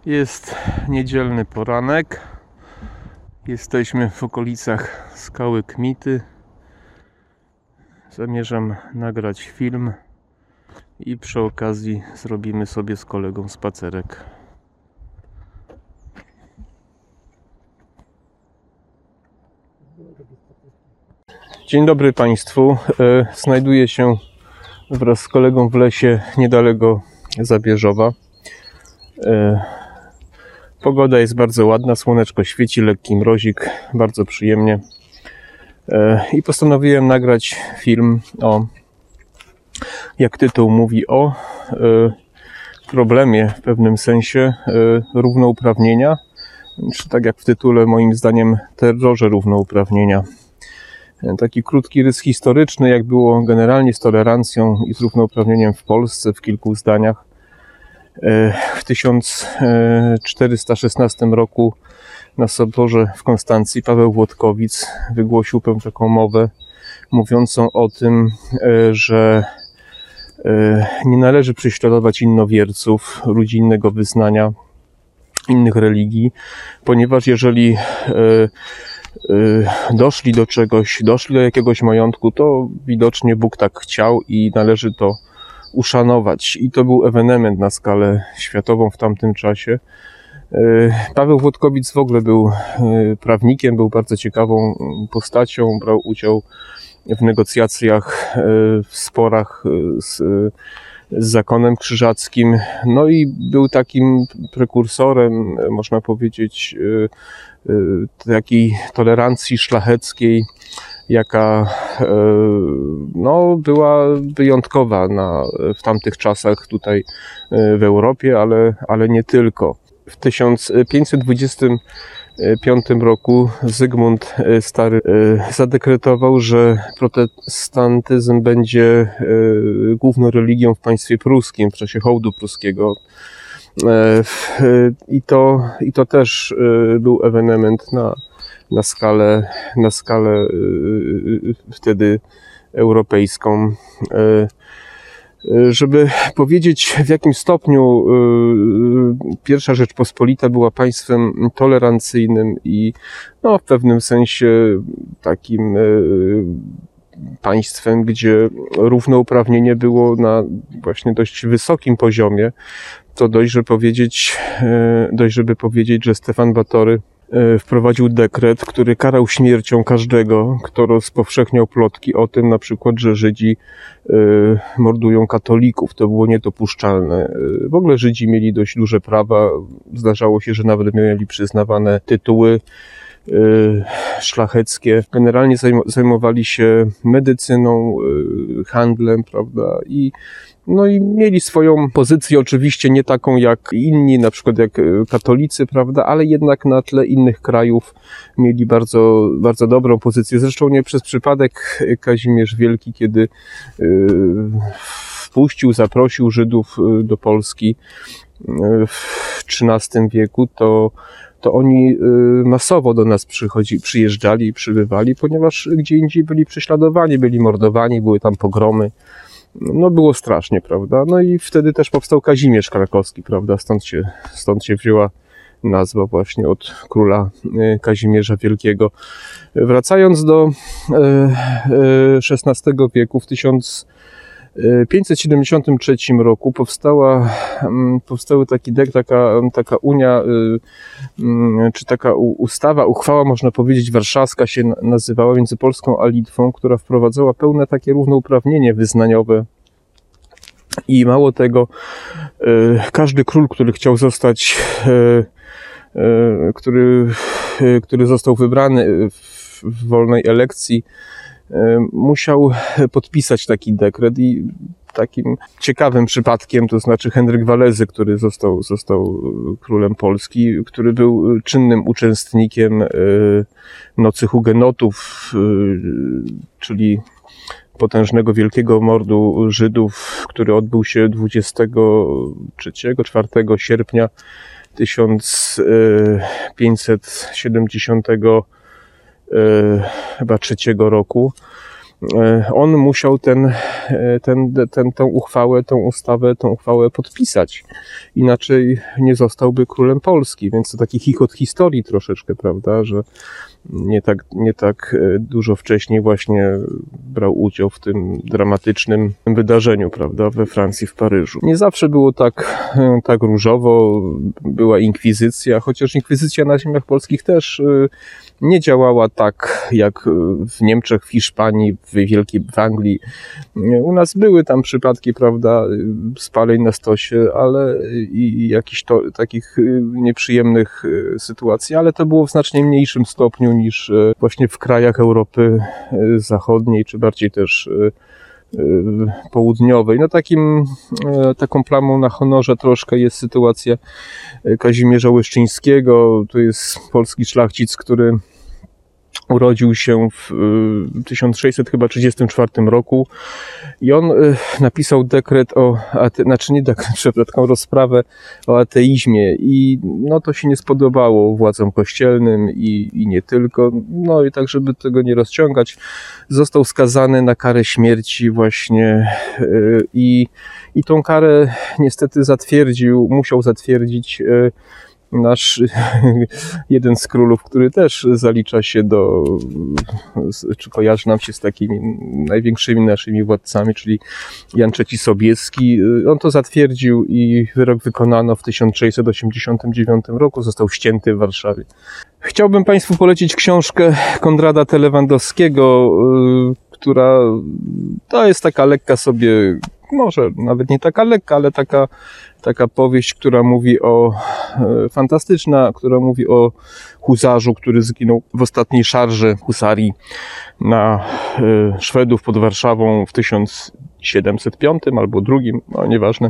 Jest niedzielny poranek. Jesteśmy w okolicach Skały Kmity. Zamierzam nagrać film i przy okazji zrobimy sobie z kolegą spacerek. Dzień dobry Państwu. Znajduję się wraz z kolegą w lesie niedaleko Zabierzowa. Pogoda jest bardzo ładna, słoneczko świeci, lekki mrozik, bardzo przyjemnie. I postanowiłem nagrać film o, jak tytuł mówi, o problemie w pewnym sensie równouprawnienia, czy tak jak w tytule moim zdaniem terrorze równouprawnienia. Taki krótki rys historyczny, jak było generalnie z tolerancją i z równouprawnieniem w Polsce w kilku zdaniach. W 1416 roku na Soborze w Konstancji Paweł Włodkowic wygłosił pewną taką mowę mówiącą o tym, że nie należy prześladować innowierców, ludzi innego wyznania, innych religii, ponieważ jeżeli doszli do czegoś, doszli do jakiegoś majątku, to widocznie Bóg tak chciał i należy to uszanować. I to był ewenement na skalę światową w tamtym czasie. Paweł Włodkowic w ogóle był prawnikiem, był bardzo ciekawą postacią, brał udział w negocjacjach, w sporach z zakonem krzyżackim, no i był takim prekursorem, można powiedzieć, takiej tolerancji szlacheckiej, jaka no, była wyjątkowa w tamtych czasach tutaj w Europie, ale nie tylko. W 1525 roku Zygmunt Stary zadekretował, że protestantyzm będzie główną religią w państwie pruskim w czasie hołdu pruskiego. I to też był ewenement na skalę wtedy europejską. Żeby powiedzieć, w jakim stopniu Pierwsza Rzeczpospolita była państwem tolerancyjnym i no, w pewnym sensie takim państwem, gdzie równouprawnienie było na właśnie dość wysokim poziomie, to dość, żeby powiedzieć, że Stefan Batory wprowadził dekret, który karał śmiercią każdego, kto rozpowszechniał plotki o tym, na przykład, że Żydzi mordują katolików. To było niedopuszczalne. W ogóle Żydzi mieli dość duże prawa. Zdarzało się, że nawet mieli przyznawane tytuły szlacheckie. Generalnie zajmowali się medycyną, handlem, prawda, i mieli swoją pozycję, oczywiście nie taką jak inni, na przykład jak katolicy, prawda, ale jednak na tle innych krajów mieli bardzo, bardzo dobrą pozycję. Zresztą nie przez przypadek Kazimierz Wielki, kiedy zaprosił Żydów do Polski w XIII wieku, to oni masowo do nas przyjeżdżali i przybywali, ponieważ gdzie indziej byli prześladowani, byli mordowani, były tam pogromy. No było strasznie, prawda? No i wtedy też powstał Kazimierz Krakowski, prawda? Stąd się wzięła nazwa właśnie od króla Kazimierza Wielkiego. Wracając do XVI wieku, w 1573 roku powstały taka unia, czy taka uchwała, można powiedzieć, warszawska się nazywała, między Polską a Litwą, która wprowadzała pełne takie równouprawnienie wyznaniowe. I mało tego, każdy król, który chciał zostać, który został wybrany w wolnej elekcji, musiał podpisać taki dekret. I takim ciekawym przypadkiem, to znaczy Henryk Walezy, który został królem Polski, który był czynnym uczestnikiem Nocy Hugenotów, czyli potężnego wielkiego mordu Żydów, który odbył się 23-4 sierpnia 1573 roku. on musiał tę uchwałę podpisać. Inaczej nie zostałby królem Polski, więc to taki chichot historii troszeczkę, prawda, że nie tak dużo wcześniej właśnie brał udział w tym dramatycznym wydarzeniu, prawda, we Francji, w Paryżu. Nie zawsze było tak różowo, była inkwizycja, chociaż inkwizycja na ziemiach polskich też nie działała tak jak w Niemczech, w Hiszpanii, w Anglii. U nas były tam przypadki, prawda, spaleń na stosie, ale i jakichś takich nieprzyjemnych sytuacji, ale to było w znacznie mniejszym stopniu niż właśnie w krajach Europy Zachodniej, czy bardziej też południowej. No taką plamą na honorze troszkę jest sytuacja Kazimierza Łeszczyńskiego. To jest polski szlachcic, który urodził się w 1634 roku i on napisał dekret taką rozprawę o ateizmie i no to się nie spodobało władzom kościelnym i nie tylko. No i tak, żeby tego nie rozciągać, został skazany na karę śmierci właśnie i tą karę niestety musiał zatwierdzić nasz jeden z królów, który też zalicza się czy kojarzy nam się z takimi największymi naszymi władcami, czyli Jan III Sobieski. On to zatwierdził i wyrok wykonano w 1689 roku. Został ścięty w Warszawie. Chciałbym Państwu polecić książkę Konrada T. Lewandowskiego, która to jest taka lekka sobie, może nawet nie taka lekka, ale taka powieść, która mówi fantastyczna, która mówi o huzarzu, który zginął w ostatniej szarży husarii na Szwedów pod Warszawą w 1705 albo drugim, no nieważne.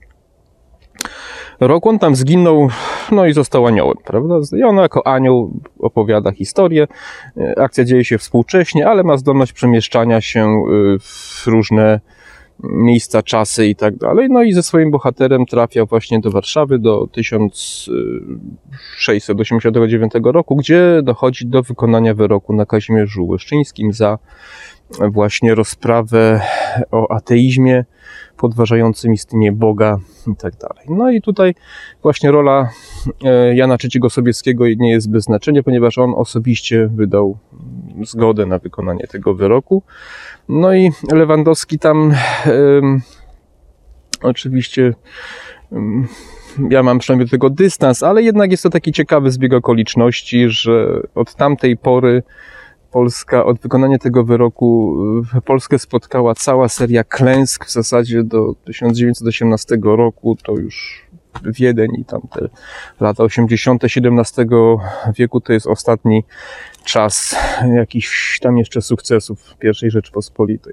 Rok on tam zginął, no i został aniołem, prawda? I on jako anioł opowiada historię. Akcja dzieje się współcześnie, ale ma zdolność przemieszczania się w różne miejsca, czasy i tak dalej. No i ze swoim bohaterem trafia właśnie do Warszawy do 1689 roku, gdzie dochodzi do wykonania wyroku na Kazimierzu Łeszczyńskim za właśnie rozprawę o ateizmie, podważającym istnienie Boga i tak dalej. No i tutaj właśnie rola Jana III Sobieskiego nie jest bez znaczenia, ponieważ on osobiście wydał zgodę na wykonanie tego wyroku. No i Lewandowski tam oczywiście ja mam przynajmniej do tego dystans, ale jednak jest to taki ciekawy zbieg okoliczności, że od tamtej pory od wykonania tego wyroku Polskę spotkała cała seria klęsk w zasadzie do 1918 roku, to już Wiedeń i tamte lata 80. XVII wieku to jest ostatni czas jakichś tam jeszcze sukcesów I Rzeczpospolitej.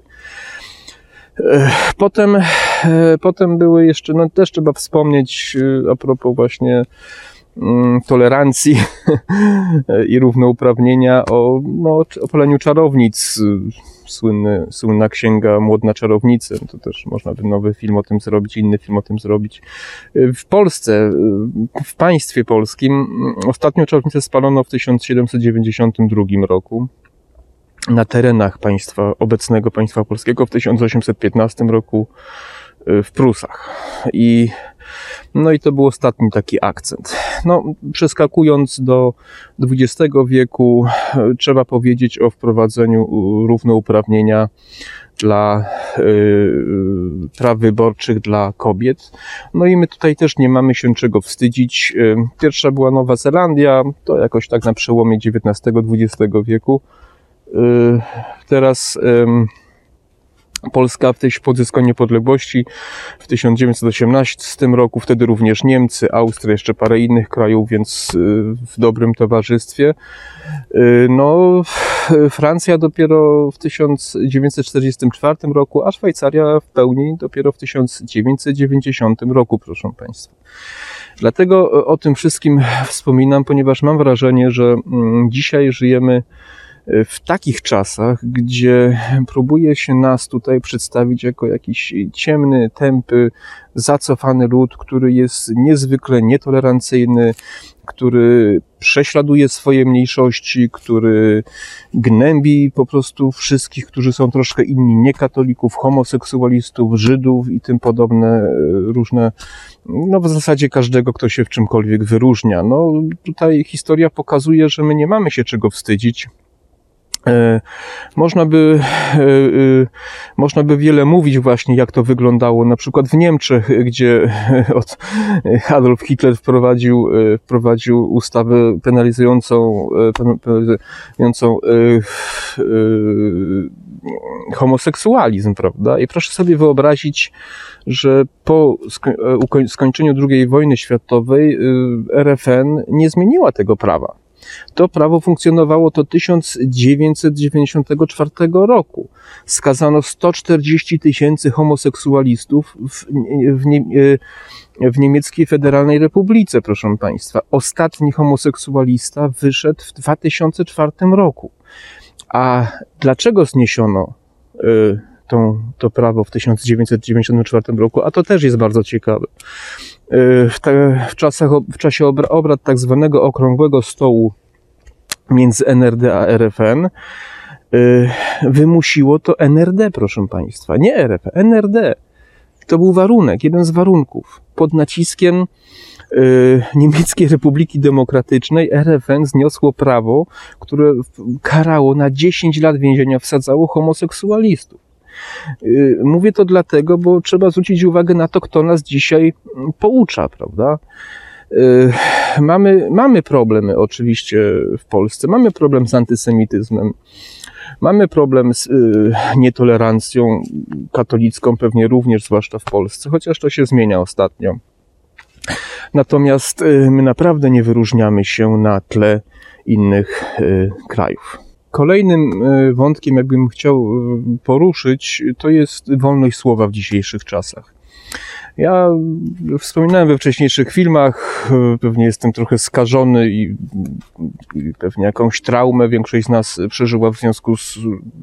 Potem były jeszcze, no też trzeba wspomnieć a propos właśnie tolerancji i równouprawnienia o paleniu czarownic. Słynna księga Młodna czarownicy. To też można by nowy film o tym zrobić, inny film o tym zrobić. W Polsce, w państwie polskim ostatnią czarownicę spalono w 1792 roku. Na terenach obecnego państwa polskiego w 1815 roku w Prusach. No i to był ostatni taki akcent. No, przeskakując do XX wieku, trzeba powiedzieć o wprowadzeniu równouprawnienia dla praw wyborczych dla kobiet. No i my tutaj też nie mamy się czego wstydzić. Pierwsza była Nowa Zelandia, to jakoś tak na przełomie XIX-XX wieku. Teraz Polska po odzyskaniu niepodległości w 1918 roku, wtedy również Niemcy, Austria, jeszcze parę innych krajów, więc w dobrym towarzystwie. No, Francja dopiero w 1944 roku, a Szwajcaria w pełni dopiero w 1990 roku, proszę Państwa. Dlatego o tym wszystkim wspominam, ponieważ mam wrażenie, że dzisiaj żyjemy w takich czasach, gdzie próbuje się nas tutaj przedstawić jako jakiś ciemny, tępy, zacofany lud, który jest niezwykle nietolerancyjny, który prześladuje swoje mniejszości, który gnębi po prostu wszystkich, którzy są troszkę inni, niekatolików, homoseksualistów, Żydów i tym podobne różne, no w zasadzie każdego, kto się w czymkolwiek wyróżnia. No tutaj historia pokazuje, że my nie mamy się czego wstydzić. Można by wiele mówić właśnie, jak to wyglądało na przykład w Niemczech, gdzie Adolf Hitler wprowadził ustawę penalizującą homoseksualizm, prawda? I proszę sobie wyobrazić, że po skończeniu II wojny światowej RFN nie zmieniła tego prawa. To prawo funkcjonowało do 1994 roku. Skazano 140 000 homoseksualistów w Niemieckiej Federalnej Republice, proszę Państwa. Ostatni homoseksualista wyszedł w 2004 roku. A dlaczego zniesiono to prawo w 1994 roku? A to też jest bardzo ciekawe. W czasie obrad tak zwanego okrągłego stołu między NRD a RFN wymusiło to NRD, proszę Państwa, nie RFN, NRD. To był warunek, jeden z warunków. Pod naciskiem Niemieckiej Republiki Demokratycznej RFN zniosło prawo, które karało na 10 lat więzienia, wsadzało homoseksualistów. Mówię to dlatego, bo trzeba zwrócić uwagę na to, kto nas dzisiaj poucza, prawda? Mamy problemy oczywiście w Polsce, mamy problem z antysemityzmem, mamy problem z nietolerancją katolicką, pewnie również, zwłaszcza w Polsce, chociaż to się zmienia ostatnio. Natomiast my naprawdę nie wyróżniamy się na tle innych krajów. Kolejnym wątkiem, jakbym chciał poruszyć, to jest wolność słowa w dzisiejszych czasach. Ja wspominałem we wcześniejszych filmach, pewnie jestem trochę skażony i pewnie jakąś traumę większość z nas przeżyła w związku z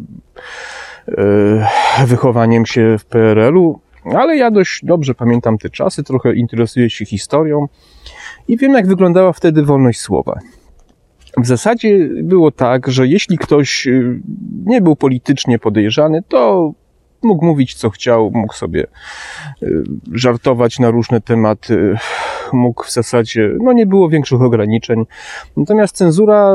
wychowaniem się w PRL-u, ale ja dość dobrze pamiętam te czasy, trochę interesuję się historią i wiem, jak wyglądała wtedy wolność słowa. W zasadzie było tak, że jeśli ktoś nie był politycznie podejrzany, to mógł mówić co chciał, mógł sobie żartować na różne tematy, mógł w zasadzie, no nie było większych ograniczeń. Natomiast cenzura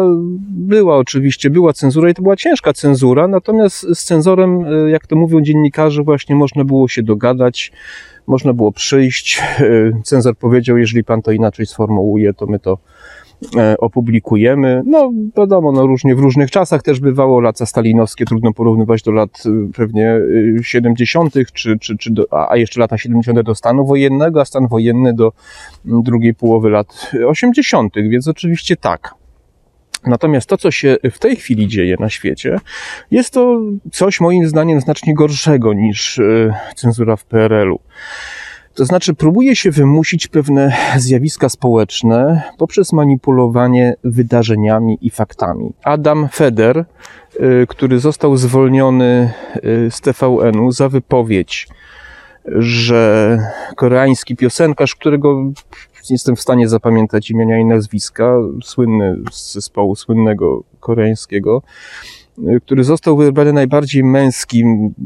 była cenzura i to była ciężka cenzura, natomiast z cenzorem, jak to mówią dziennikarze, właśnie można było się dogadać, można było przyjść. Cenzor powiedział, jeżeli pan to inaczej sformułuje, to my to opublikujemy. No wiadomo, no różnie w różnych czasach też bywało, lata stalinowskie trudno porównywać do lat pewnie 70., a jeszcze lata 70. do stanu wojennego, a stan wojenny do drugiej połowy lat 80., więc oczywiście tak. Natomiast to, co się w tej chwili dzieje na świecie, jest to coś moim zdaniem znacznie gorszego niż cenzura w PRL-u. To znaczy próbuje się wymusić pewne zjawiska społeczne poprzez manipulowanie wydarzeniami i faktami. Adam Feder, który został zwolniony z TVN-u za wypowiedź, że koreański piosenkarz, którego nie jestem w stanie zapamiętać imienia i nazwiska, słynny z zespołu słynnego koreańskiego, który został wybrany najbardziej męskim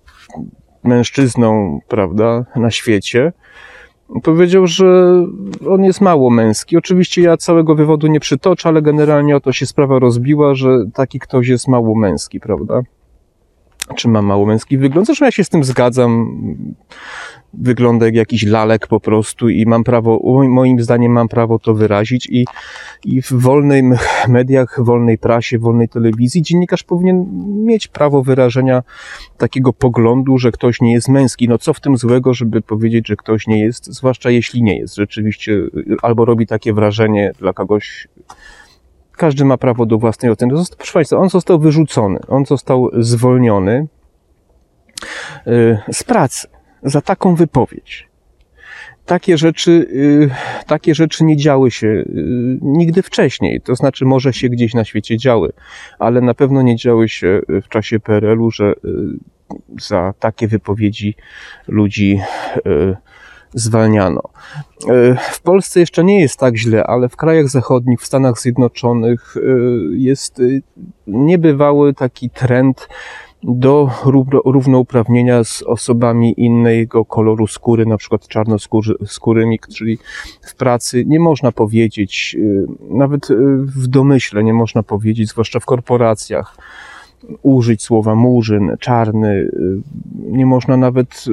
mężczyzną, prawda, na świecie, powiedział, że on jest mało męski. Oczywiście ja całego wywodu nie przytoczę, ale generalnie o to się sprawa rozbiła, że taki ktoś jest mało męski, prawda? Czy ma mało męski wygląd? Zresztą ja się z tym zgadzam. Wygląda jak jakiś lalek po prostu i mam prawo, moim zdaniem mam prawo to wyrazić i w wolnych mediach, wolnej prasie, wolnej telewizji dziennikarz powinien mieć prawo wyrażenia takiego poglądu, że ktoś nie jest męski. No co w tym złego, żeby powiedzieć, że ktoś nie jest, zwłaszcza jeśli nie jest rzeczywiście, albo robi takie wrażenie dla kogoś. Każdy ma prawo do własnej oceny. Proszę Państwa, on został wyrzucony, on został zwolniony z pracy za taką wypowiedź. takie rzeczy nie działy się nigdy wcześniej. To znaczy może się gdzieś na świecie działy, ale na pewno nie działy się w czasie PRL-u, że za takie wypowiedzi ludzi zwalniano. W Polsce jeszcze nie jest tak źle, ale w krajach zachodnich, w Stanach Zjednoczonych jest niebywały taki trend do równouprawnienia z osobami innego koloru skóry, na przykład czarnoskórymi, czyli w pracy nie można powiedzieć, nawet w domyśle nie można powiedzieć, zwłaszcza w korporacjach, użyć słowa murzyn, czarny, nie można nawet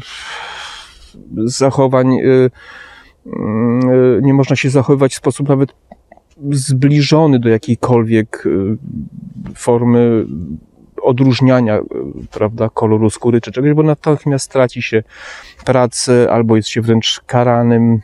nie można się zachowywać w sposób nawet zbliżony do jakiejkolwiek formy odróżniania, prawda, koloru skóry czy czegoś, bo natychmiast traci się pracę albo jest się wręcz karanym.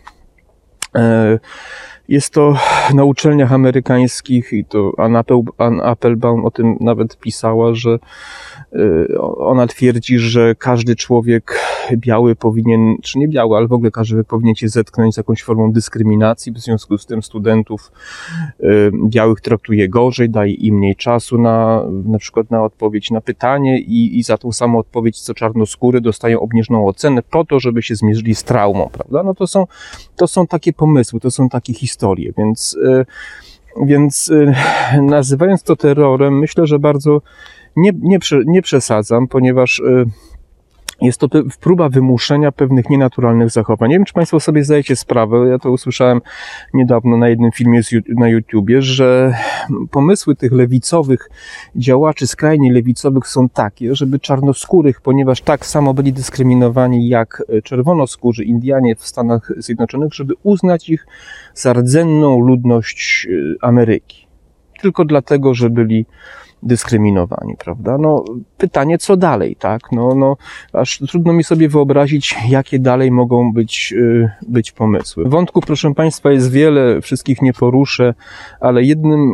Jest to na uczelniach amerykańskich i to Ann Applebaum o tym nawet pisała, że ona twierdzi, że każdy człowiek biały powinien, czy nie biały, ale w ogóle każdy powinien się zetknąć z jakąś formą dyskryminacji, w związku z tym studentów białych traktuje gorzej, daje im mniej czasu na przykład na odpowiedź na pytanie i za tą samą odpowiedź co czarnoskóry dostają obniżoną ocenę po to, żeby się zmierzyli z traumą, prawda? No to są takie pomysły, to są takie historie, więc nazywając to terrorem, myślę, że bardzo nie przesadzam, ponieważ jest to próba wymuszenia pewnych nienaturalnych zachowań. Nie wiem, czy Państwo sobie zdajecie sprawę, ja to usłyszałem niedawno na jednym filmie na YouTubie, że pomysły tych lewicowych działaczy, skrajnie lewicowych są takie, żeby czarnoskórych, ponieważ tak samo byli dyskryminowani jak czerwonoskórzy Indianie w Stanach Zjednoczonych, żeby uznać ich za rdzenną ludność Ameryki. Tylko dlatego, że byli dyskryminowani, prawda? No, pytanie, co dalej, tak? Aż trudno mi sobie wyobrazić, jakie dalej mogą być pomysły. Wątków, proszę Państwa, jest wiele, wszystkich nie poruszę, ale jednym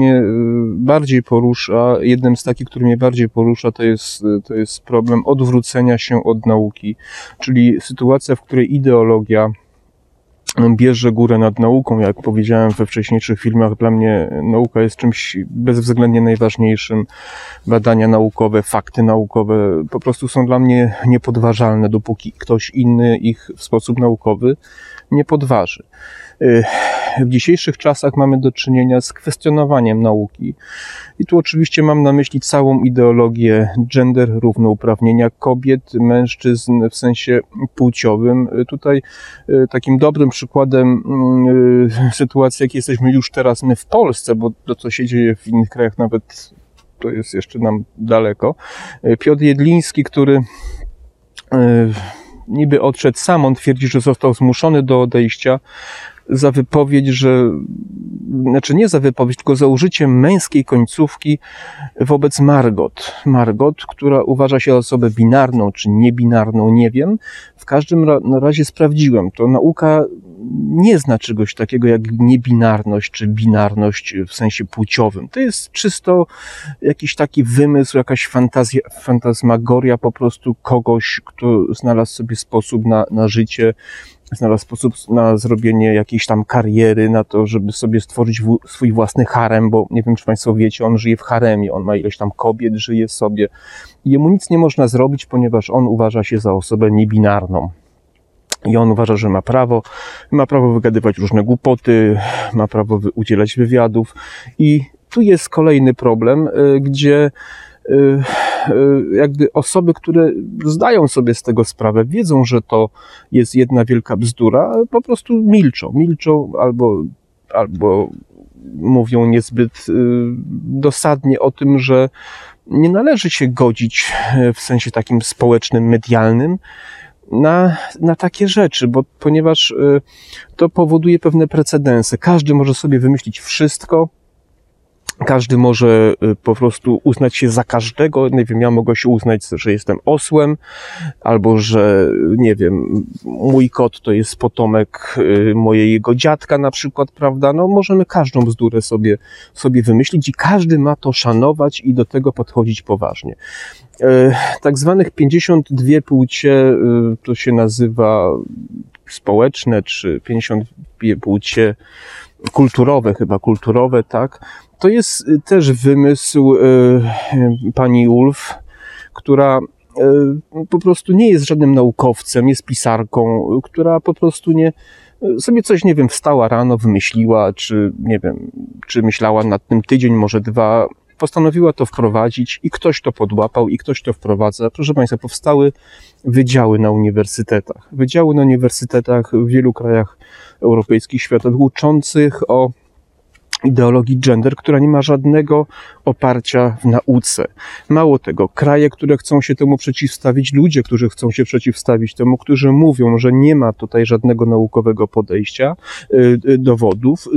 z takich, który mnie bardziej porusza, to jest problem odwrócenia się od nauki, czyli sytuacja, w której ideologia bierze górę nad nauką. Jak powiedziałem we wcześniejszych filmach, dla mnie nauka jest czymś bezwzględnie najważniejszym. Badania naukowe, fakty naukowe po prostu są dla mnie niepodważalne, dopóki ktoś inny ich w sposób naukowy nie podważy. W dzisiejszych czasach mamy do czynienia z kwestionowaniem nauki. I tu oczywiście mam na myśli całą ideologię gender, równouprawnienia kobiet, mężczyzn w sensie płciowym. Tutaj takim dobrym przykładem sytuacji, jak jesteśmy już teraz my w Polsce, bo to, co się dzieje w innych krajach, nawet to jest jeszcze nam daleko. Piotr Jedliński, który niby odszedł sam, on twierdzi, że został zmuszony do odejścia za wypowiedź, nie za wypowiedź, tylko za użycie męskiej końcówki wobec Margot, która uważa się za osobę binarną, czy niebinarną, nie wiem. W każdym razie sprawdziłem to. Nauka nie zna czegoś takiego jak niebinarność, czy binarność w sensie płciowym. To jest czysto jakiś taki wymysł, jakaś fantasmagoria po prostu kogoś, kto znalazł sobie sposób na życie, znalazł sposób na zrobienie jakiejś tam kariery, na to, żeby sobie stworzyć swój własny harem, bo nie wiem, czy Państwo wiecie, on żyje w haremie, on ma ileś tam kobiet, żyje sobie. I jemu nic nie można zrobić, ponieważ on uważa się za osobę niebinarną. I on uważa, że ma prawo wygadywać różne głupoty, ma prawo udzielać wywiadów. I tu jest kolejny problem, gdzie jakby osoby, które zdają sobie z tego sprawę, wiedzą, że to jest jedna wielka bzdura, po prostu milczą albo mówią niezbyt dosadnie o tym, że nie należy się godzić w sensie takim społecznym, medialnym na takie rzeczy, ponieważ to powoduje pewne precedensy. Każdy może sobie wymyślić wszystko, każdy może po prostu uznać się za każdego. Nie wiem, ja mogę się uznać, że jestem osłem, albo że, nie wiem, mój kot to jest potomek mojego dziadka na przykład, prawda? No, możemy każdą bzdurę sobie wymyślić i każdy ma to szanować i do tego podchodzić poważnie. Tak zwanych 52 płcie, to się nazywa społeczne, czy 52 płcie kulturowe, tak? To jest też wymysł pani Wolf, która po prostu nie jest żadnym naukowcem, jest pisarką, która po prostu sobie coś, nie wiem, wstała rano, wymyśliła, czy nie wiem, czy myślała nad tym tydzień, może 2, postanowiła to wprowadzić i ktoś to podłapał i ktoś to wprowadza. Proszę Państwa, powstały wydziały na uniwersytetach. Wydziały na uniwersytetach w wielu krajach europejskich, światowych, uczących o ideologii gender, która nie ma żadnego oparcia w nauce. Mało tego, kraje, które chcą się temu przeciwstawić, ludzie, którzy chcą się przeciwstawić temu, którzy mówią, że nie ma tutaj żadnego naukowego podejścia, dowodów,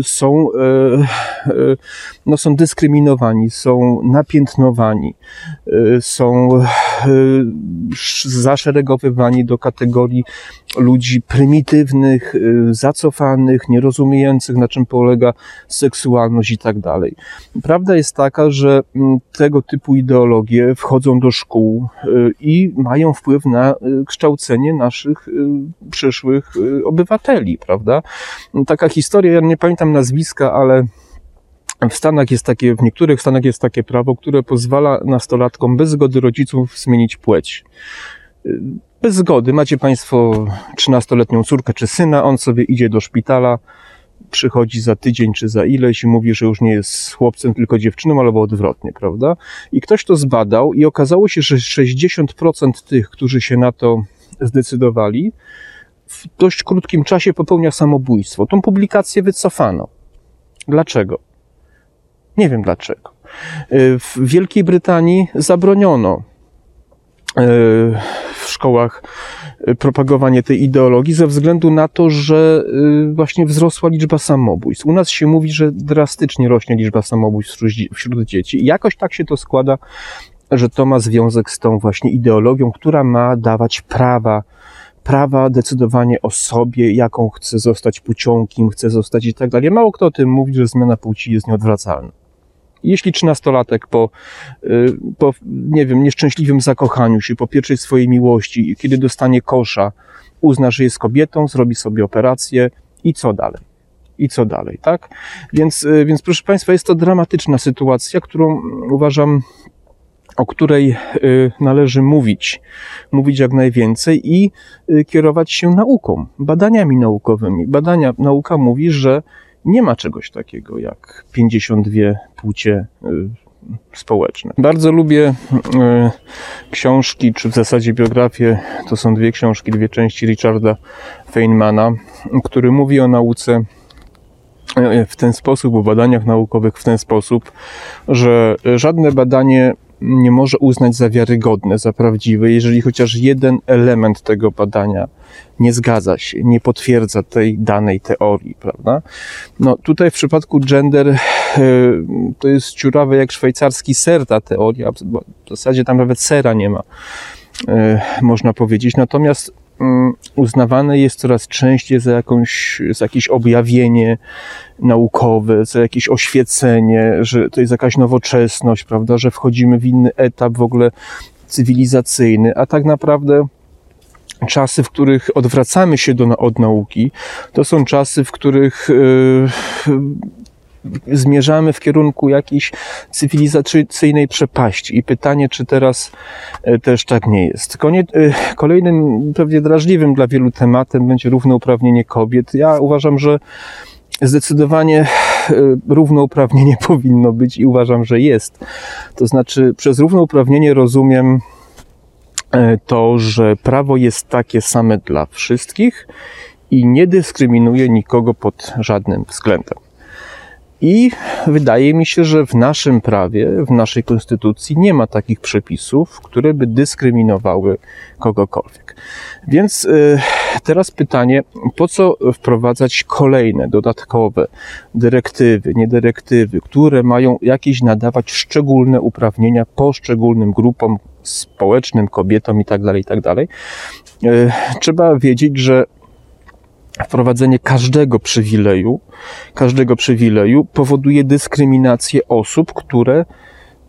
są dyskryminowani, są napiętnowani, są zaszeregowywani do kategorii ludzi prymitywnych, zacofanych, nierozumiejących, na czym polega seksualność i tak dalej. Prawda jest taka, że tego typu ideologie wchodzą do szkół i mają wpływ na kształcenie naszych przyszłych obywateli, prawda? Taka historia, ja nie pamiętam nazwiska, ale w niektórych Stanach jest takie prawo, które pozwala nastolatkom bez zgody rodziców zmienić płeć. Bez zgody. Macie Państwo 13-letnią córkę czy syna, on sobie idzie do szpitala, przychodzi za tydzień czy za ileś i mówi, że już nie jest chłopcem, tylko dziewczyną, albo odwrotnie, prawda? I ktoś to zbadał i okazało się, że 60% tych, którzy się na to zdecydowali, w dość krótkim czasie popełnia samobójstwo. Tą publikację wycofano. Dlaczego? Nie wiem dlaczego. W Wielkiej Brytanii zabroniono w szkołach propagowanie tej ideologii ze względu na to, że właśnie wzrosła liczba samobójstw. U nas się mówi, że drastycznie rośnie liczba samobójstw wśród dzieci. I jakoś tak się to składa, że to ma związek z tą właśnie ideologią, która ma dawać prawa decydowanie o sobie, jaką chce zostać płcią, kim chce zostać i tak dalej. Mało kto o tym mówi, że zmiana płci jest nieodwracalna. Jeśli 13-latek po nie wiem, nieszczęśliwym zakochaniu się, po pierwszej swojej miłości, kiedy dostanie kosza, uzna, że jest kobietą, zrobi sobie operację i co dalej? I co dalej, tak? Więc proszę Państwa, jest to dramatyczna sytuacja, którą uważam, o której należy mówić jak najwięcej i kierować się nauką, badaniami naukowymi. Nauka mówi, że nie ma czegoś takiego jak 52 płcie społeczne. Bardzo lubię książki, czy w zasadzie biografię, to są 2 książki, 2 części Richarda Feynmana, który mówi o nauce w ten sposób, o badaniach naukowych w ten sposób, że żadne badanie nie może uznać za wiarygodne, za prawdziwe, jeżeli chociaż jeden element tego badania nie zgadza się, nie potwierdza tej danej teorii, prawda? No tutaj w przypadku gender to jest dziurawe jak szwajcarski ser ta teoria, bo w zasadzie tam nawet sera nie ma, można powiedzieć. Natomiast uznawane jest coraz częściej za jakieś objawienie naukowe, za jakieś oświecenie, że to jest jakaś nowoczesność, prawda, że wchodzimy w inny etap w ogóle cywilizacyjny, a tak naprawdę czasy, w których odwracamy się od nauki, to są czasy, w których zmierzamy w kierunku jakiejś cywilizacyjnej przepaści. I pytanie, czy teraz też tak nie jest. Kolejnym, pewnie drażliwym dla wielu tematem będzie równouprawnienie kobiet. Ja uważam, że zdecydowanie równouprawnienie powinno być i uważam, że jest. To znaczy, przez równouprawnienie rozumiem to, że prawo jest takie same dla wszystkich i nie dyskryminuje nikogo pod żadnym względem. I wydaje mi się, że w naszym prawie, w naszej konstytucji nie ma takich przepisów, które by dyskryminowały kogokolwiek. Więc teraz pytanie, po co wprowadzać kolejne, dodatkowe dyrektywy, niedyrektywy, które mają jakieś nadawać szczególne uprawnienia poszczególnym grupom społecznym, kobietom itd., itd. Trzeba wiedzieć, że wprowadzenie każdego przywileju powoduje dyskryminację osób, które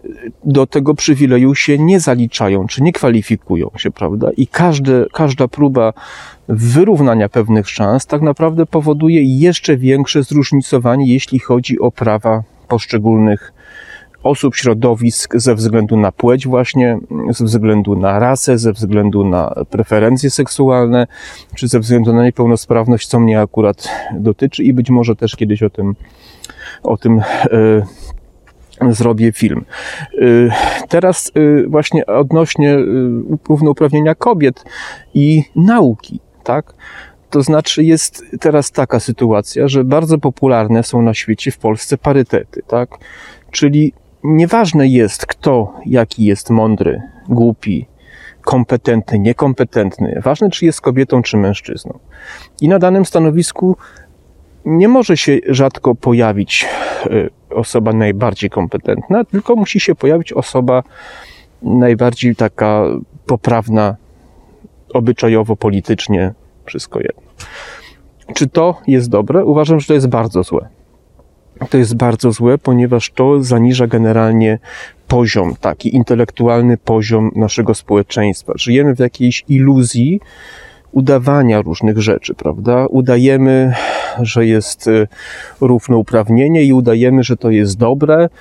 do tego przywileju się nie zaliczają, czy nie kwalifikują się, prawda? I każda próba wyrównania pewnych szans tak naprawdę powoduje jeszcze większe zróżnicowanie, jeśli chodzi o prawa poszczególnych osób, środowisk ze względu na płeć właśnie, ze względu na rasę, ze względu na preferencje seksualne, czy ze względu na niepełnosprawność, co mnie akurat dotyczy i być może też kiedyś o tym zrobię film. Teraz właśnie odnośnie równouprawnienia kobiet i nauki, tak? To znaczy jest teraz taka sytuacja, że bardzo popularne są na świecie, w Polsce parytety, tak? Czyli nieważne jest kto, jaki jest mądry, głupi, kompetentny, niekompetentny. Ważne, czy jest kobietą, czy mężczyzną. I na danym stanowisku nie może się rzadko pojawić osoba najbardziej kompetentna, tylko musi się pojawić osoba najbardziej taka poprawna, obyczajowo, politycznie, wszystko jedno. Czy to jest dobre? Uważam, że to jest bardzo złe. To jest bardzo złe, ponieważ to zaniża generalnie poziom, taki intelektualny poziom naszego społeczeństwa. Żyjemy w jakiejś iluzji udawania różnych rzeczy, prawda? Udajemy, że jest równouprawnienie i udajemy, że to jest dobre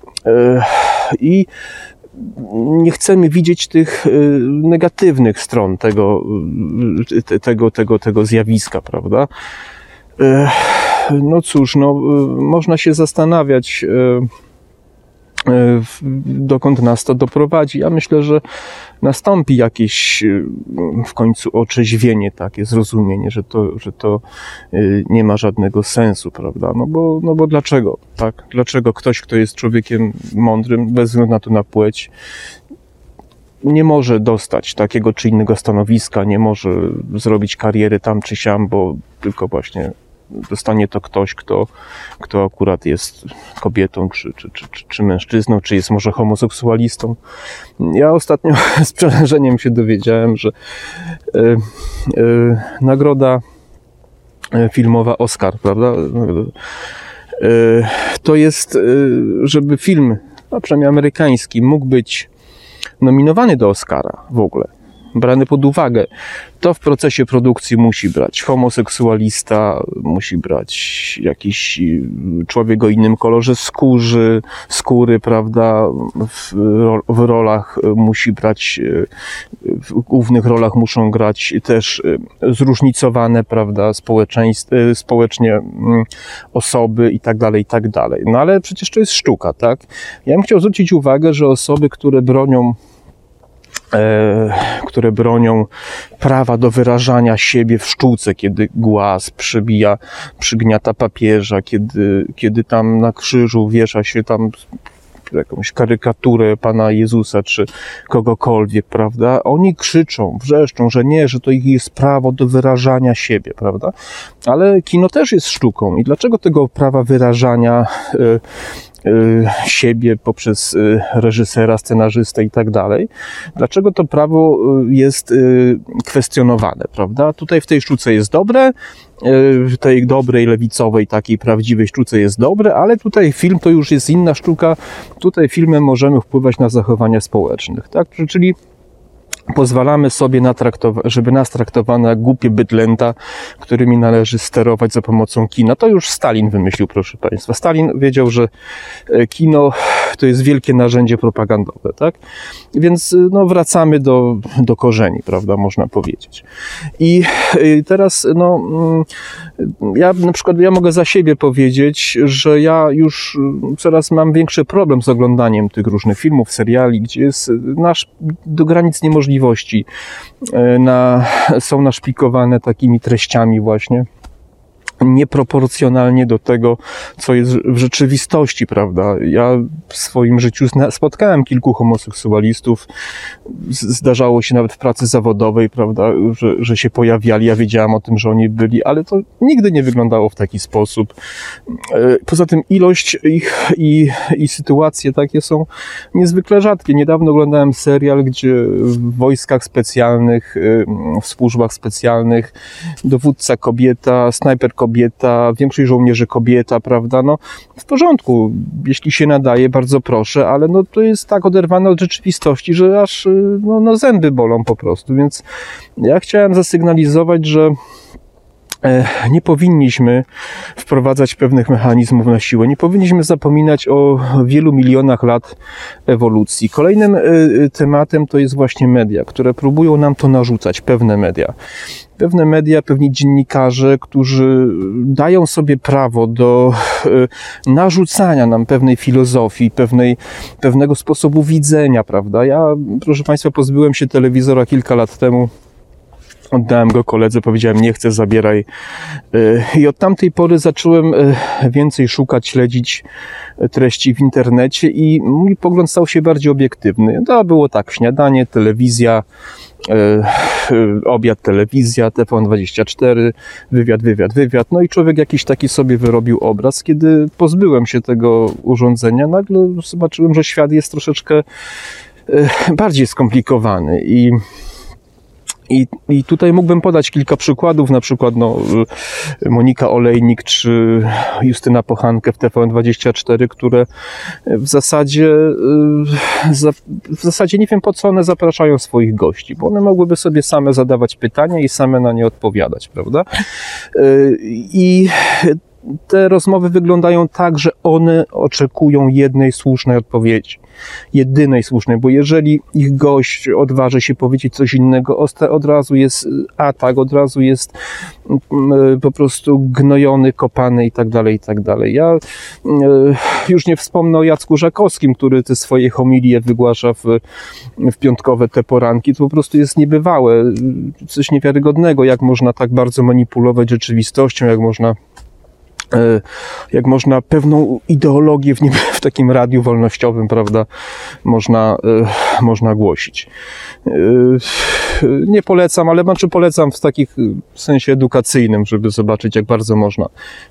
i nie chcemy widzieć tych negatywnych stron tego zjawiska, prawda? No cóż, można się zastanawiać, dokąd nas to doprowadzi. Ja myślę, że nastąpi jakieś w końcu otrzeźwienie, takie zrozumienie, że to nie ma żadnego sensu, prawda? No bo dlaczego, tak? Dlaczego ktoś, kto jest człowiekiem mądrym, bez względu na to na płeć, nie może dostać takiego czy innego stanowiska, nie może zrobić kariery tam czy siam, bo tylko właśnie dostanie to ktoś, kto akurat jest kobietą, czy mężczyzną, czy jest może homoseksualistą. Ja ostatnio z przerażeniem się dowiedziałem, że nagroda filmowa Oscar, prawda? To jest, żeby film, przynajmniej amerykański, mógł być nominowany do Oscara w ogóle, brany pod uwagę, to w procesie produkcji musi brać homoseksualista, musi brać jakiś człowiek o innym kolorze skóry, prawda, w rolach musi brać, w głównych rolach muszą grać też zróżnicowane, prawda, społecznie osoby i tak dalej, i tak dalej. No ale przecież to jest sztuka, tak? Ja bym chciał zwrócić uwagę, że osoby, które bronią prawa do wyrażania siebie w sztuce, kiedy głaz przygniata papieża, kiedy tam na krzyżu wiesza się tam jakąś karykaturę Pana Jezusa, czy kogokolwiek, prawda? Oni krzyczą, wrzeszczą, że nie, że to ich jest prawo do wyrażania siebie, prawda? Ale kino też jest sztuką i dlaczego tego prawa wyrażania siebie poprzez reżysera, scenarzystę i tak dalej. Dlaczego to prawo jest kwestionowane, prawda? Tutaj w tej sztuce jest dobre, w tej dobrej, lewicowej, takiej prawdziwej sztuce jest dobre, ale tutaj film to już jest inna sztuka. Tutaj filmem możemy wpływać na zachowania społecznych, tak? Czyli pozwalamy sobie żeby nas traktowano jak głupie bydlęta, którymi należy sterować za pomocą kina. To już Stalin wymyślił, proszę Państwa. Stalin wiedział, że kino to jest wielkie narzędzie propagandowe, tak? Więc wracamy do korzeni, prawda, można powiedzieć. I teraz, ja na przykład, ja mogę za siebie powiedzieć, że ja już coraz mam większy problem z oglądaniem tych różnych filmów, seriali, gdzie jest do granic niemożliwości są naszpikowane takimi treściami właśnie nieproporcjonalnie do tego, co jest w rzeczywistości, prawda? Ja w swoim życiu spotkałem kilku homoseksualistów, zdarzało się nawet w pracy zawodowej, prawda, że się pojawiali, ja wiedziałam o tym, że oni byli, ale to nigdy nie wyglądało w taki sposób. Poza tym ilość ich i sytuacje takie są niezwykle rzadkie. Niedawno oglądałem serial, gdzie w wojskach specjalnych, w służbach specjalnych dowódca kobieta, snajper kobieta kobieta, większość żołnierzy kobieta, prawda? No w porządku, jeśli się nadaje, bardzo proszę, ale no to jest tak oderwane od rzeczywistości, że aż no zęby bolą po prostu, więc ja chciałem zasygnalizować, że nie powinniśmy wprowadzać pewnych mechanizmów na siłę, nie powinniśmy zapominać o wielu milionach lat ewolucji. Kolejnym tematem to jest właśnie media, które próbują nam to narzucać, pewne media, pewni dziennikarze, którzy dają sobie prawo do narzucania nam pewnej filozofii, pewnego sposobu widzenia, prawda? Ja, proszę Państwa, pozbyłem się telewizora kilka lat temu. Oddałem go koledze, powiedziałem, nie chcę, zabieraj. I od tamtej pory zacząłem więcej szukać, śledzić treści w internecie i mój pogląd stał się bardziej obiektywny. To było tak, śniadanie, telewizja, obiad, telewizja, TVN24, wywiad. No i człowiek jakiś taki sobie wyrobił obraz. Kiedy pozbyłem się tego urządzenia, nagle zobaczyłem, że świat jest troszeczkę bardziej skomplikowany I tutaj mógłbym podać kilka przykładów, na przykład Monika Olejnik czy Justyna Pochankę w TVN24, które w zasadzie nie wiem, po co one zapraszają swoich gości, bo one mogłyby sobie same zadawać pytania i same na nie odpowiadać, prawda? I te rozmowy wyglądają tak, że one oczekują jednej słusznej odpowiedzi. Jedynej słusznej, bo jeżeli ich gość odważy się powiedzieć coś innego, od razu jest atak, od razu jest po prostu gnojony, kopany i tak dalej. Ja już nie wspomnę o Jacku Żakowskim, który te swoje homilie wygłasza w piątkowe te poranki. To po prostu jest niebywałe, coś niewiarygodnego, jak można tak bardzo manipulować rzeczywistością, jak można pewną ideologię w takim radiu wolnościowym, prawda, można głosić. Nie polecam, ale polecam w sensie edukacyjnym, żeby zobaczyć, jak bardzo można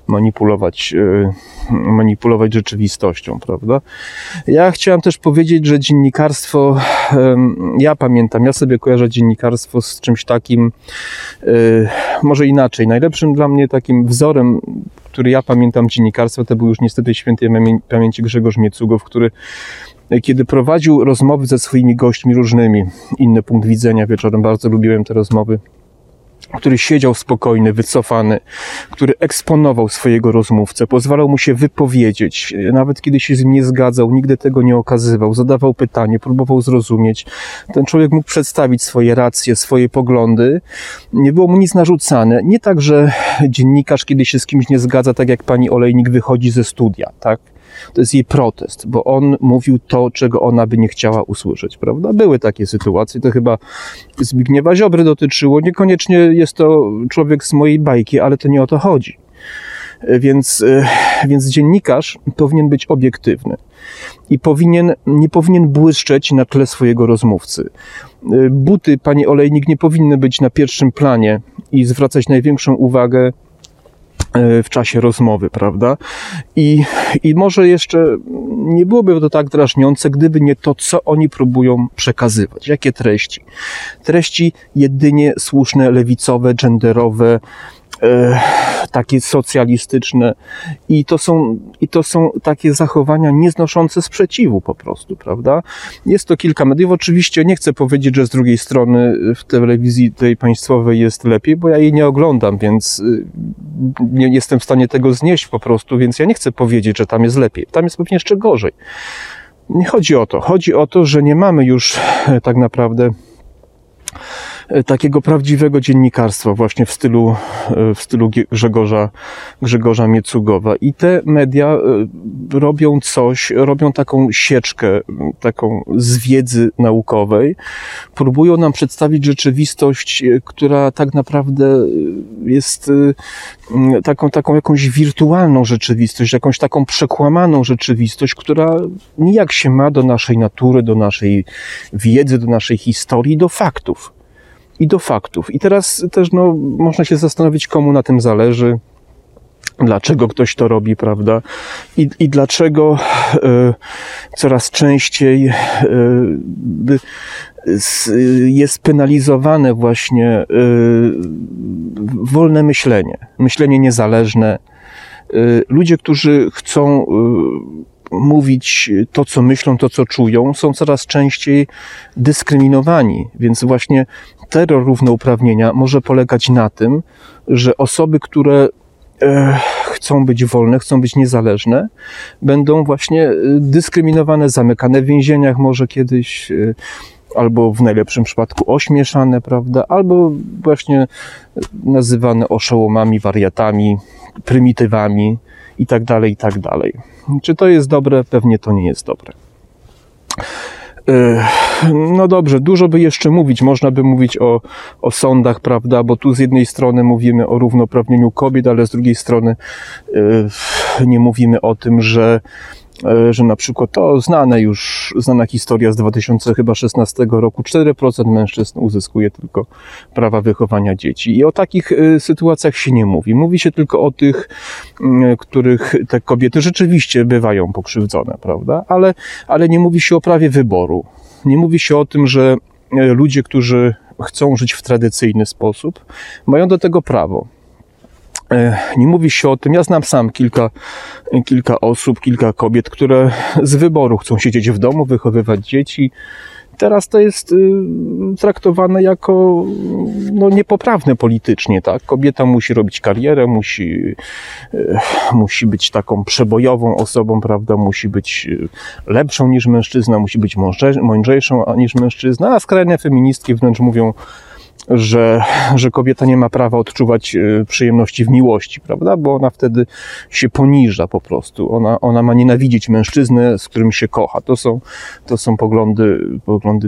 manipulować rzeczywistością, prawda. Ja chciałem też powiedzieć, że dziennikarstwo, ja sobie kojarzę dziennikarstwo z czymś takim, może inaczej, najlepszym dla mnie takim wzorem, który ja pamiętam dziennikarstwo, to był już niestety świętej pamięci Grzegorz Miecugow, który kiedy prowadził rozmowy ze swoimi gośćmi różnymi, inny punkt widzenia wieczorem, bardzo lubiłem te rozmowy, który siedział spokojny, wycofany, który eksponował swojego rozmówcę, pozwalał mu się wypowiedzieć, nawet kiedy się z nim nie zgadzał, nigdy tego nie okazywał, zadawał pytanie, próbował zrozumieć. Ten człowiek mógł przedstawić swoje racje, swoje poglądy, nie było mu nic narzucane. Nie tak, że dziennikarz, kiedy się z kimś nie zgadza, tak jak pani Olejnik, wychodzi ze studia, tak? To jest jej protest, bo on mówił to, czego ona by nie chciała usłyszeć, prawda? Były takie sytuacje, to chyba Zbigniewa Ziobry dotyczyło, niekoniecznie jest to człowiek z mojej bajki, ale to nie o to chodzi. Więc dziennikarz powinien być obiektywny i nie powinien błyszczeć na tle swojego rozmówcy. Buty pani Olejnik nie powinny być na pierwszym planie i zwracać największą uwagę w czasie rozmowy, prawda? I może jeszcze nie byłoby to tak drażniące, gdyby nie to, co oni próbują przekazywać. Jakie treści? Treści jedynie słuszne, lewicowe, genderowe, takie socjalistyczne i to są takie zachowania nieznoszące sprzeciwu po prostu, prawda? Jest to kilka mediów. Oczywiście nie chcę powiedzieć, że z drugiej strony w telewizji tej państwowej jest lepiej, bo ja jej nie oglądam, więc nie jestem w stanie tego znieść po prostu, więc ja nie chcę powiedzieć, że tam jest lepiej. Tam jest pewnie jeszcze gorzej. Nie chodzi o to. Chodzi o to, że nie mamy już tak naprawdę takiego prawdziwego dziennikarstwa właśnie w stylu Grzegorza Miecugowa. I te media robią taką sieczkę, taką z wiedzy naukowej. Próbują nam przedstawić rzeczywistość, która tak naprawdę jest taką jakąś wirtualną rzeczywistość, jakąś taką przekłamaną rzeczywistość, która nijak się ma do naszej natury, do naszej wiedzy, do naszej historii, do faktów. I teraz też można się zastanowić, komu na tym zależy, dlaczego ktoś to robi, prawda? I dlaczego coraz częściej jest penalizowane właśnie wolne myślenie niezależne. Ludzie, którzy chcą mówić to, co myślą, to, co czują, są coraz częściej dyskryminowani. Więc właśnie terror równouprawnienia może polegać na tym, że osoby, które chcą być wolne, chcą być niezależne, będą właśnie dyskryminowane, zamykane w więzieniach może kiedyś, albo w najlepszym przypadku ośmieszane, prawda, albo właśnie nazywane oszołomami, wariatami, prymitywami i tak dalej, i tak dalej. Czy to jest dobre? Pewnie to nie jest dobre. No dobrze, dużo by jeszcze mówić. Można by mówić o sądach, prawda, bo tu z jednej strony mówimy o równoprawnieniu kobiet, ale z drugiej strony nie mówimy o tym, że na przykład to znana historia z 2016 roku, 4% mężczyzn uzyskuje tylko prawa wychowania dzieci. I o takich sytuacjach się nie mówi. Mówi się tylko o tych, których te kobiety rzeczywiście bywają pokrzywdzone, prawda? Ale nie mówi się o prawie wyboru. Nie mówi się o tym, że ludzie, którzy chcą żyć w tradycyjny sposób, mają do tego prawo. Nie mówi się o tym. Ja znam sam kilka osób, kilka kobiet, które z wyboru chcą siedzieć w domu, wychowywać dzieci. Teraz to jest traktowane jako niepoprawne politycznie, tak? Kobieta musi robić karierę, musi być taką przebojową osobą, prawda? Musi być lepszą niż mężczyzna, musi być mądrzejszą niż mężczyzna, a skrajne feministki wręcz mówią, że kobieta nie ma prawa odczuwać przyjemności w miłości, prawda? Bo ona wtedy się poniża po prostu. Ona ma nienawidzieć mężczyznę, z którym się kocha. To są poglądy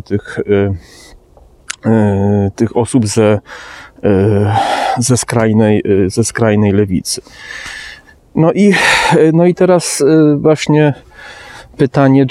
tych osób ze skrajnej lewicy. No i teraz właśnie pytanie,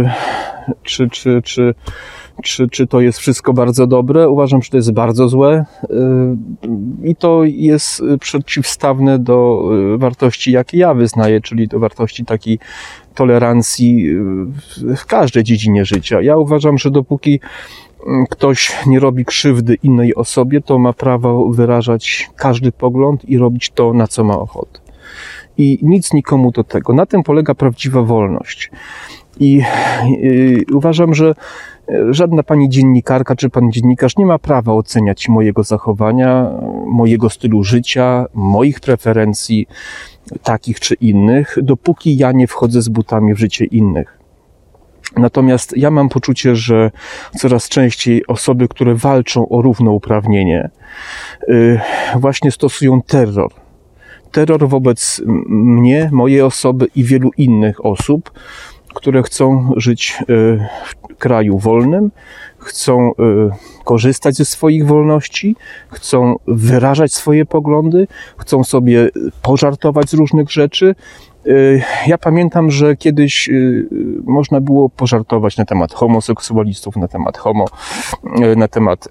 czy to jest wszystko bardzo dobre? Uważam, że to jest bardzo złe i to jest przeciwstawne do wartości, jakie ja wyznaję, czyli do wartości takiej tolerancji w każdej dziedzinie życia. Ja uważam, że dopóki ktoś nie robi krzywdy innej osobie, to ma prawo wyrażać każdy pogląd i robić to, na co ma ochotę. I nic nikomu do tego. Na tym polega prawdziwa wolność. I uważam, że żadna pani dziennikarka czy pan dziennikarz nie ma prawa oceniać mojego zachowania, mojego stylu życia, moich preferencji, takich czy innych, dopóki ja nie wchodzę z butami w życie innych. Natomiast ja mam poczucie, że coraz częściej osoby, które walczą o równouprawnienie, właśnie stosują terror. Terror wobec mnie, mojej osoby i wielu innych osób, które chcą żyć w kraju wolnym, chcą korzystać ze swoich wolności, chcą wyrażać swoje poglądy, chcą sobie pożartować z różnych rzeczy. Ja pamiętam, że kiedyś można było pożartować na temat homoseksualistów, na temat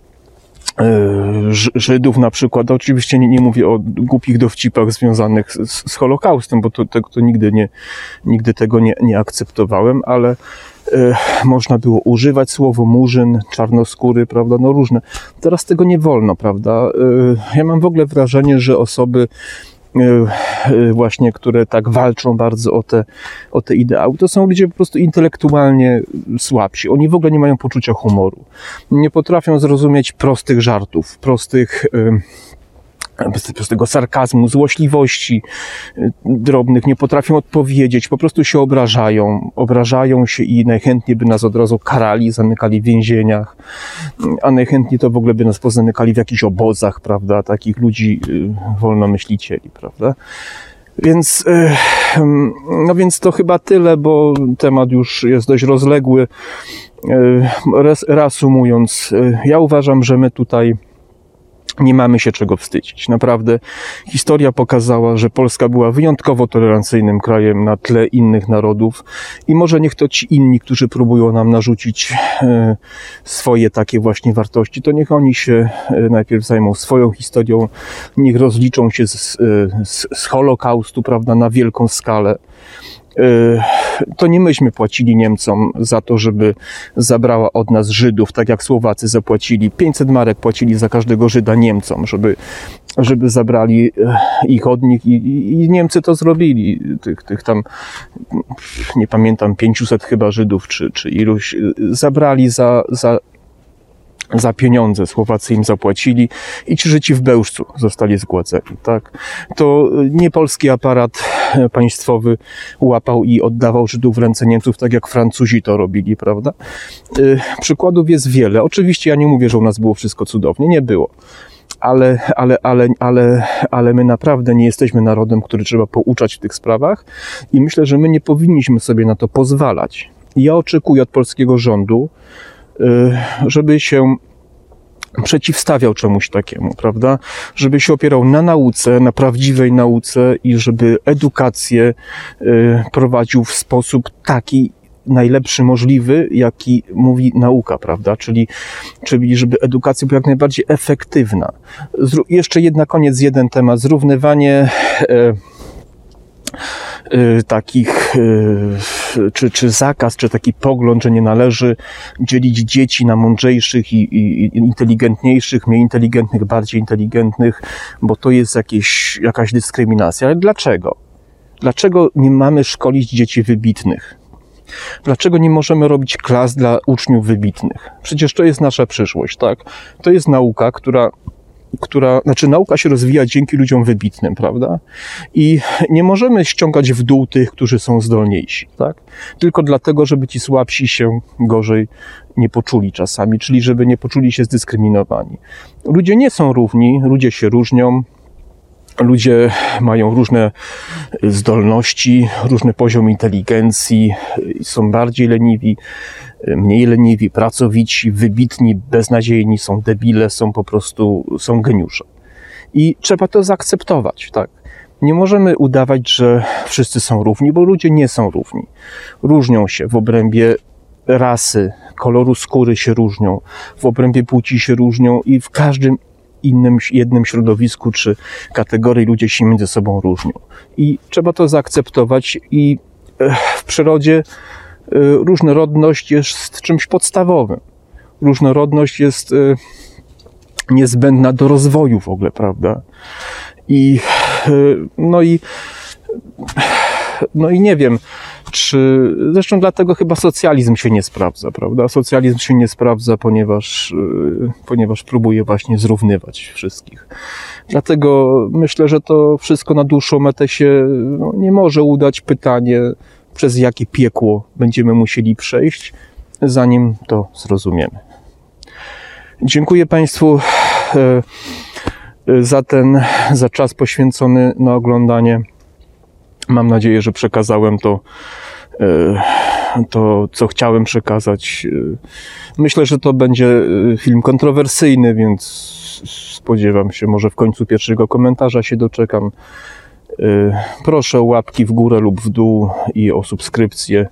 Żydów na przykład. Oczywiście nie mówię o głupich dowcipach związanych z Holokaustem, bo to nigdy tego nie akceptowałem, ale można było używać słowo murzyn, czarnoskóry, prawda, no różne. Teraz tego nie wolno, prawda. Ja mam w ogóle wrażenie, że osoby właśnie, które tak walczą bardzo o te ideały, to są ludzie po prostu intelektualnie słabsi. Oni w ogóle nie mają poczucia humoru. Nie potrafią zrozumieć prostych żartów, prostego sarkazmu, złośliwości drobnych, nie potrafią odpowiedzieć, po prostu się obrażają się i najchętniej by nas od razu karali, zamykali w więzieniach, a najchętniej to w ogóle by nas pozamykali w jakichś obozach, prawda, takich ludzi wolnomyślicieli, prawda. Więc to chyba tyle, bo temat już jest dość rozległy. Reasumując, ja uważam, że my tutaj nie mamy się czego wstydzić. Naprawdę historia pokazała, że Polska była wyjątkowo tolerancyjnym krajem na tle innych narodów i może niech to ci inni, którzy próbują nam narzucić swoje takie właśnie wartości, to niech oni się najpierw zajmą swoją historią, niech rozliczą się z Holokaustu, prawda, na wielką skalę. To nie myśmy płacili Niemcom za to, żeby zabrała od nas Żydów, tak jak Słowacy zapłacili. 500 marek płacili za każdego Żyda Niemcom, żeby zabrali ich od nich i Niemcy to zrobili. Tych tam, nie pamiętam, 500 chyba Żydów, czy iluś, zabrali za pieniądze. Słowacy im zapłacili i ci Żydzi w Bełżcu zostali zgładzeni, tak? To nie polski aparat państwowy łapał i oddawał Żydów w ręce Niemców, tak jak Francuzi to robili, prawda? Przykładów jest wiele. Oczywiście ja nie mówię, że u nas było wszystko cudownie. Nie było. Ale my naprawdę nie jesteśmy narodem, który trzeba pouczać w tych sprawach i myślę, że my nie powinniśmy sobie na to pozwalać. Ja oczekuję od polskiego rządu, żeby się przeciwstawiał czemuś takiemu, prawda? Żeby się opierał na nauce, na prawdziwej nauce i żeby edukację prowadził w sposób taki najlepszy możliwy, jaki mówi nauka, prawda? Czyli żeby edukacja była jak najbardziej efektywna. Jeszcze na koniec jeden temat. Zrównywanie takich, czy zakaz, czy taki pogląd, że nie należy dzielić dzieci na mądrzejszych i inteligentniejszych, mniej inteligentnych, bardziej inteligentnych, bo to jest jakaś dyskryminacja. Ale dlaczego? Dlaczego nie mamy szkolić dzieci wybitnych? Dlaczego nie możemy robić klas dla uczniów wybitnych? Przecież to jest nasza przyszłość, tak? To jest nauka, nauka się rozwija dzięki ludziom wybitnym, prawda? I nie możemy ściągać w dół tych, którzy są zdolniejsi, tak? Tylko dlatego, żeby ci słabsi się gorzej nie poczuli czasami, czyli żeby nie poczuli się zdyskryminowani. Ludzie nie są równi, ludzie się różnią. Ludzie mają różne zdolności, różny poziom inteligencji, są bardziej leniwi, mniej leniwi, pracowici, wybitni, beznadziejni, są debile, są geniusze. I trzeba to zaakceptować, tak? Nie możemy udawać, że wszyscy są równi, bo ludzie nie są równi. Różnią się w obrębie rasy, koloru skóry się różnią, w obrębie płci się różnią i w każdym jednym środowisku czy kategorii ludzie się między sobą różnią. I trzeba to zaakceptować i w przyrodzie różnorodność jest czymś podstawowym. Różnorodność jest niezbędna do rozwoju w ogóle, prawda? No i nie wiem, zresztą dlatego chyba socjalizm się nie sprawdza, prawda? Socjalizm się nie sprawdza, ponieważ próbuje właśnie zrównywać wszystkich. Dlatego myślę, że to wszystko na dłuższą metę się nie może udać. Pytanie, przez jakie piekło będziemy musieli przejść, zanim to zrozumiemy. Dziękuję Państwu za czas poświęcony na oglądanie. Mam nadzieję, że przekazałem to, co chciałem przekazać. Myślę, że to będzie film kontrowersyjny, więc spodziewam się, może w końcu pierwszego komentarza się doczekam. Proszę o łapki w górę lub w dół i o subskrypcję.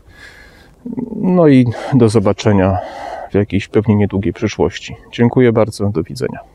No i do zobaczenia w jakiejś pewnie niedługiej przyszłości. Dziękuję bardzo, do widzenia.